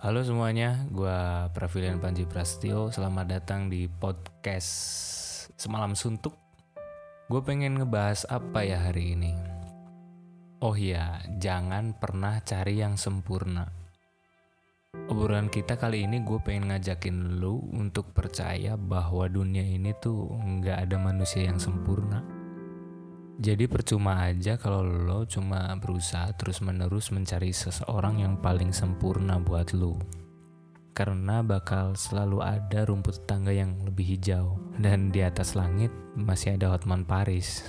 Halo semuanya, gue Pravilian Panji Prastio. Selamat datang di podcast Semalam Suntuk. Gue pengen ngebahas apa ya hari ini? Oh iya, jangan pernah cari yang sempurna. Obrolan kita kali ini gue pengen ngajakin lu untuk percaya bahwa dunia ini tuh nggak ada manusia yang sempurna. Jadi percuma aja kalau lo cuma berusaha terus-menerus mencari seseorang yang paling sempurna buat lo. Karena bakal selalu ada rumput tetangga yang lebih hijau. Dan di atas langit masih ada Hotman Paris.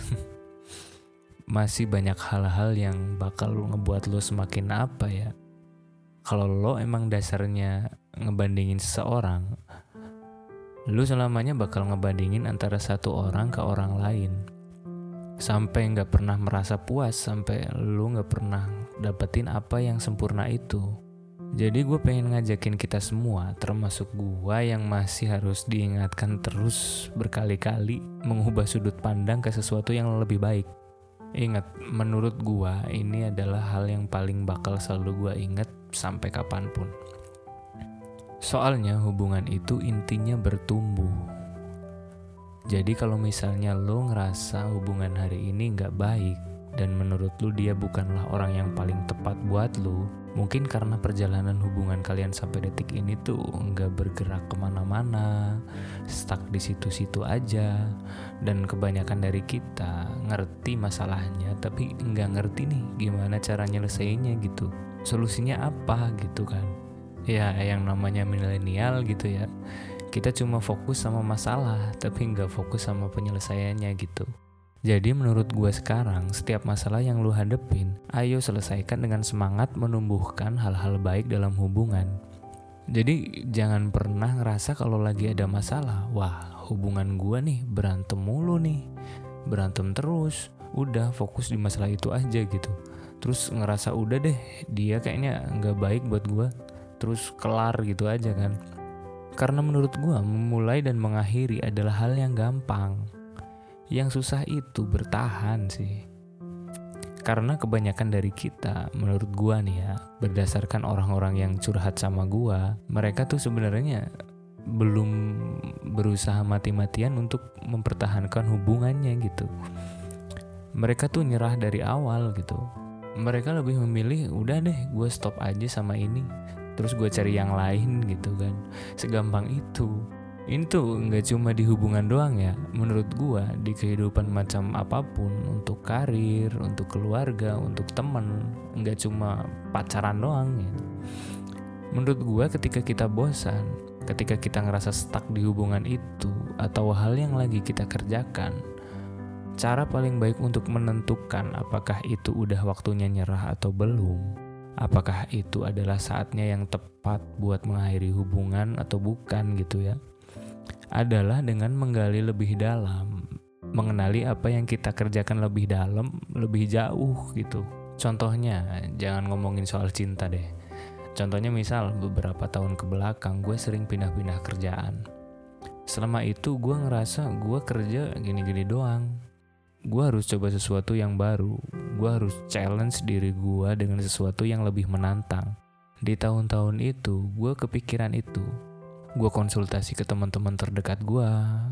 Masih banyak hal-hal yang bakal ngebuat lo semakin apa ya. Kalau lo emang dasarnya ngebandingin seseorang, lo selamanya bakal ngebandingin antara satu orang ke orang lain. Sampai gak pernah merasa puas, sampai lu gak pernah dapetin apa yang sempurna itu. Jadi gue pengen ngajakin kita semua, termasuk gue yang masih harus diingatkan terus berkali-kali mengubah sudut pandang ke sesuatu yang lebih baik. Ingat, menurut gue ini adalah hal yang paling bakal selalu gue ingat sampai kapanpun. Soalnya hubungan itu intinya bertumbuh. Jadi kalau misalnya lo ngerasa hubungan hari ini gak baik dan menurut lo dia bukanlah orang yang paling tepat buat lo, mungkin karena perjalanan hubungan kalian sampai detik ini tuh gak bergerak kemana-mana, stuck di situ-situ aja. Dan kebanyakan dari kita ngerti masalahnya tapi gak ngerti nih gimana cara nyelesainnya gitu. Solusinya apa gitu kan. Ya yang namanya milenial gitu ya. Kita cuma fokus sama masalah, tapi nggak fokus sama penyelesaiannya gitu. Jadi menurut gue sekarang, setiap masalah yang lu hadepin, ayo selesaikan dengan semangat menumbuhkan hal-hal baik dalam hubungan. Jadi jangan pernah ngerasa kalau lagi ada masalah, wah hubungan gue nih berantem mulu nih, berantem terus, udah fokus di masalah itu aja gitu. Terus ngerasa udah deh, dia kayaknya nggak baik buat gue, terus kelar gitu aja kan. Karena menurut gue memulai dan mengakhiri adalah hal yang gampang. Yang susah itu bertahan sih. Karena kebanyakan dari kita, menurut gue nih ya, berdasarkan orang-orang yang curhat sama gue, mereka tuh sebenarnya belum berusaha mati-matian untuk mempertahankan hubungannya gitu. Mereka tuh nyerah dari awal gitu. Mereka lebih memilih udah deh gue stop aja sama ini, terus gue cari yang lain gitu kan. Segampang itu. Ini tuh gak cuma di hubungan doang ya. Menurut gue di kehidupan macam apapun, untuk karir, untuk keluarga, untuk temen, gak cuma pacaran doang ya. Menurut gue ketika kita bosan, ketika kita ngerasa stuck di hubungan itu, atau hal yang lagi kita kerjakan, cara paling baik untuk menentukan apakah itu udah waktunya nyerah atau belum, apakah itu adalah saatnya yang tepat buat mengakhiri hubungan atau bukan gitu ya, adalah dengan menggali lebih dalam, mengenali apa yang kita kerjakan lebih dalam, lebih jauh gitu. Contohnya, jangan ngomongin soal cinta deh. Contohnya misal beberapa tahun ke belakang gue sering pindah-pindah kerjaan. Selama itu gue ngerasa gue kerja gini-gini doang. Gue harus coba sesuatu yang baru. Gue harus challenge diri gue dengan sesuatu yang lebih menantang. Di tahun-tahun itu, gue kepikiran itu. Gue konsultasi ke teman-teman terdekat gue.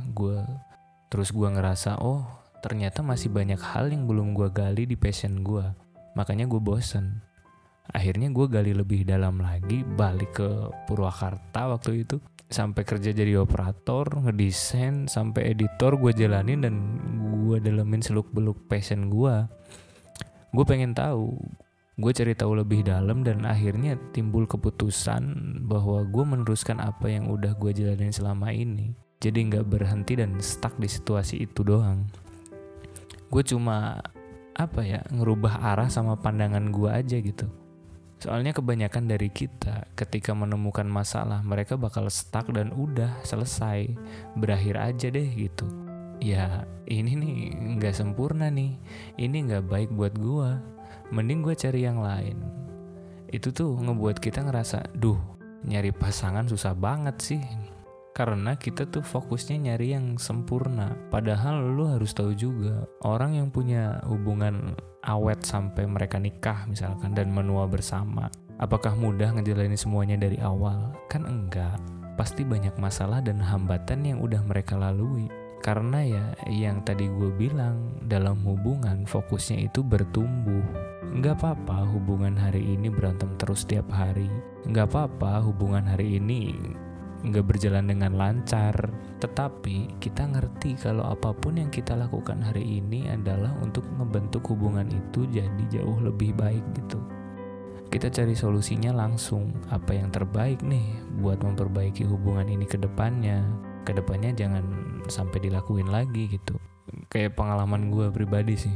Terus gue ngerasa, oh ternyata masih banyak hal yang belum gue gali di passion gue. Makanya gue bosen. Akhirnya gue gali lebih dalam lagi, balik ke Purwakarta waktu itu. Sampai kerja jadi operator, ngedesain, sampai editor gue jalanin dan gue dalemin seluk-beluk passion gue. Gue pengen tahu, gue cari tahu lebih dalam dan akhirnya timbul keputusan bahwa gue meneruskan apa yang udah gue jalanin selama ini. Jadi gak berhenti dan stuck di situasi itu doang. Gue cuma ngerubah arah sama pandangan gue aja gitu. Soalnya kebanyakan dari kita ketika menemukan masalah, mereka bakal stuck dan udah selesai, berakhir aja deh gitu. Ya ini nih gak sempurna nih, ini gak baik buat gue, mending gue cari yang lain. Itu tuh ngebuat kita ngerasa, nyari pasangan susah banget sih. Karena kita tuh fokusnya nyari yang sempurna. Padahal lu harus tahu juga, orang yang punya hubungan awet sampai mereka nikah misalkan dan menua bersama, Apakah mudah ngejalanin semuanya dari awal? Kan enggak. Pasti banyak masalah dan hambatan yang udah mereka lalui. Karena ya yang tadi gue bilang, dalam hubungan fokusnya itu bertumbuh. Nggak apa-apa hubungan hari ini berantem terus tiap hari. Nggak apa-apa hubungan hari ini nggak berjalan dengan lancar. Tetapi kita ngerti kalau apapun yang kita lakukan hari ini adalah untuk ngebentuk hubungan itu jadi jauh lebih baik gitu. Kita cari solusinya langsung, apa yang terbaik nih buat memperbaiki hubungan ini ke depannya. Kedepannya jangan sampai dilakuin lagi gitu. Kayak pengalaman gue pribadi sih,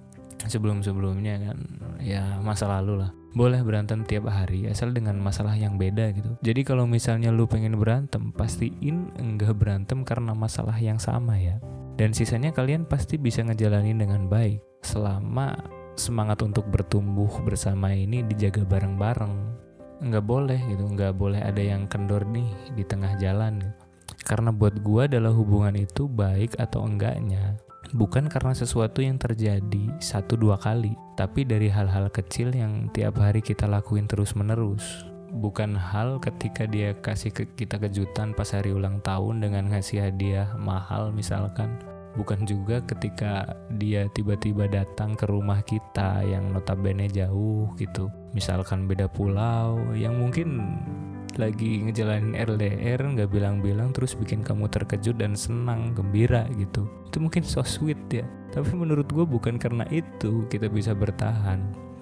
sebelumnya kan ya masa lalu lah, boleh berantem tiap hari asal dengan masalah yang beda gitu. Jadi kalau misalnya lu pengen berantem, pastiin enggak berantem karena masalah yang sama ya. Dan sisanya kalian pasti bisa ngejalanin dengan baik selama semangat untuk bertumbuh bersama ini dijaga bareng-bareng. Enggak boleh gitu, enggak boleh ada yang kendor nih di tengah jalan gitu. Karena buat gua adalah hubungan itu baik atau enggaknya bukan karena sesuatu yang terjadi 1-2 kali, tapi dari hal-hal kecil yang tiap hari kita lakuin terus-menerus. Bukan hal ketika dia kasih kita kejutan pas hari ulang tahun dengan ngasih hadiah mahal misalkan. Bukan juga ketika dia tiba-tiba datang ke rumah kita yang notabene jauh gitu. Misalkan beda pulau yang mungkin lagi ngejalanin LDR gak bilang-bilang terus bikin kamu terkejut dan senang, gembira gitu. Itu mungkin so sweet ya. Tapi menurut gue bukan karena itu kita bisa bertahan,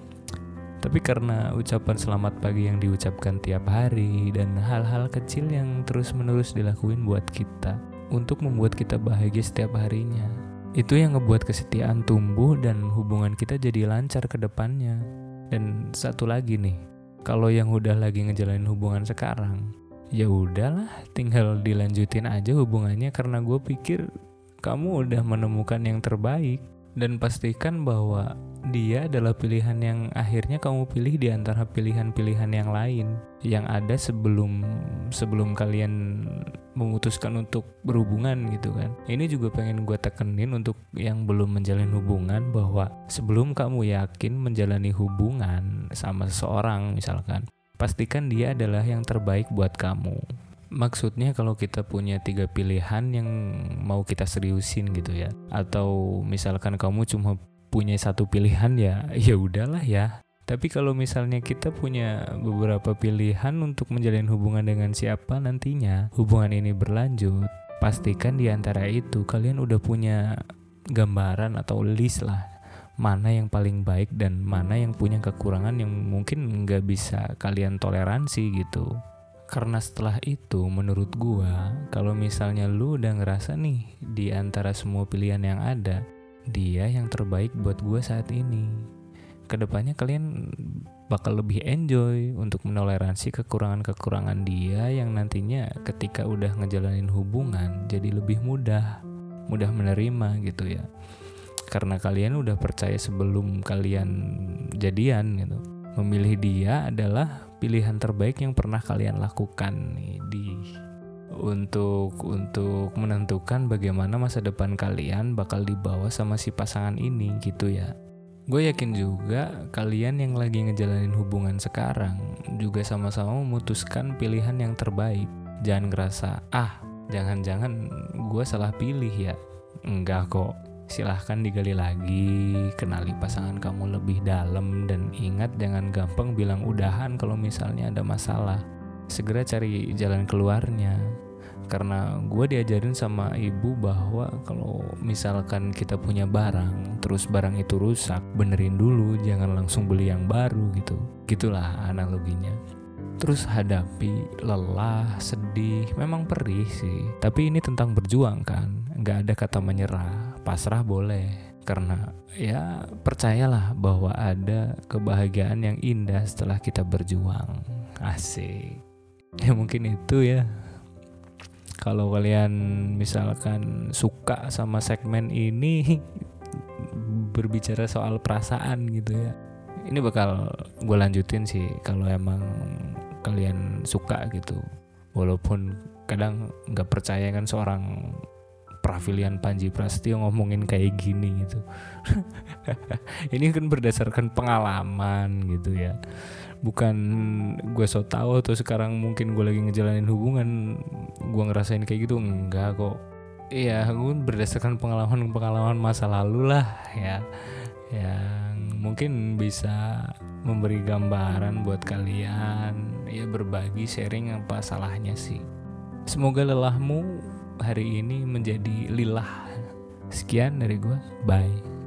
tapi karena ucapan selamat pagi yang diucapkan tiap hari dan hal-hal kecil yang terus-menerus dilakuin buat kita untuk membuat kita bahagia setiap harinya. Itu yang ngebuat kesetiaan tumbuh dan hubungan kita jadi lancar ke depannya. Dan satu lagi nih, kalau yang udah lagi ngejalanin hubungan sekarang, ya udahlah, tinggal dilanjutin aja hubungannya karena gue pikir kamu udah menemukan yang terbaik. Dan pastikan bahwa dia adalah pilihan yang akhirnya kamu pilih di antara pilihan-pilihan yang lain yang ada sebelum kalian memutuskan untuk berhubungan gitu kan. Ini juga pengen gue tekenin untuk yang belum menjalin hubungan, bahwa sebelum kamu yakin menjalani hubungan sama seseorang misalkan, pastikan dia adalah yang terbaik buat kamu. Maksudnya kalau kita punya 3 pilihan yang mau kita seriusin gitu ya, atau misalkan kamu cuma punya 1 pilihan ya udahlah ya. Tapi kalau misalnya kita punya beberapa pilihan untuk menjalin hubungan dengan siapa nantinya hubungan ini berlanjut, pastikan di antara itu kalian udah punya gambaran atau list lah, mana yang paling baik dan mana yang punya kekurangan yang mungkin nggak bisa kalian toleransi gitu. Karena setelah itu menurut gua, kalau misalnya lu udah ngerasa nih di antara semua pilihan yang ada, dia yang terbaik buat gua saat ini, kedepannya kalian bakal lebih enjoy untuk menoleransi kekurangan-kekurangan dia yang nantinya ketika udah ngejalanin hubungan jadi lebih mudah menerima gitu ya. Karena kalian udah percaya sebelum kalian jadian gitu, memilih dia adalah pilihan terbaik yang pernah kalian lakukan nih untuk menentukan bagaimana masa depan kalian bakal dibawa sama si pasangan ini gitu ya. Gue yakin juga kalian yang lagi ngejalanin hubungan sekarang juga sama-sama memutuskan pilihan yang terbaik. Jangan ngerasa, jangan-jangan gue salah pilih ya. Enggak kok. Silahkan digali lagi, kenali pasangan kamu lebih dalam, dan ingat jangan gampang bilang udahan kalau misalnya ada masalah. Segera cari jalan keluarnya. Karena gue diajarin sama ibu bahwa kalau misalkan kita punya barang, terus barang itu rusak, benerin dulu, jangan langsung beli yang baru gitu. Gitulah analoginya. Terus hadapi lelah, sedih, memang perih sih. Tapi ini tentang berjuang kan, gak ada kata menyerah, pasrah boleh. Karena ya percayalah bahwa ada kebahagiaan yang indah setelah kita berjuang. Asik. Ya mungkin itu ya. Kalau kalian misalkan suka sama segmen ini berbicara soal perasaan gitu ya, ini bakal gue lanjutin sih kalau emang kalian suka gitu. Walaupun kadang gak percaya kan seorang Pravilian Panji Prasetyo ngomongin kayak gini gitu. Ini kan berdasarkan pengalaman gitu ya. Bukan gue so tau atau sekarang mungkin gue lagi ngejalanin hubungan gue ngerasain kayak gitu, enggak kok. Iya, gue berdasarkan pengalaman masa lalu lah ya, yang mungkin bisa memberi gambaran buat kalian, ya berbagi sharing, apa salahnya sih. Semoga lelahmu hari ini menjadi lilah. Sekian dari gue, bye.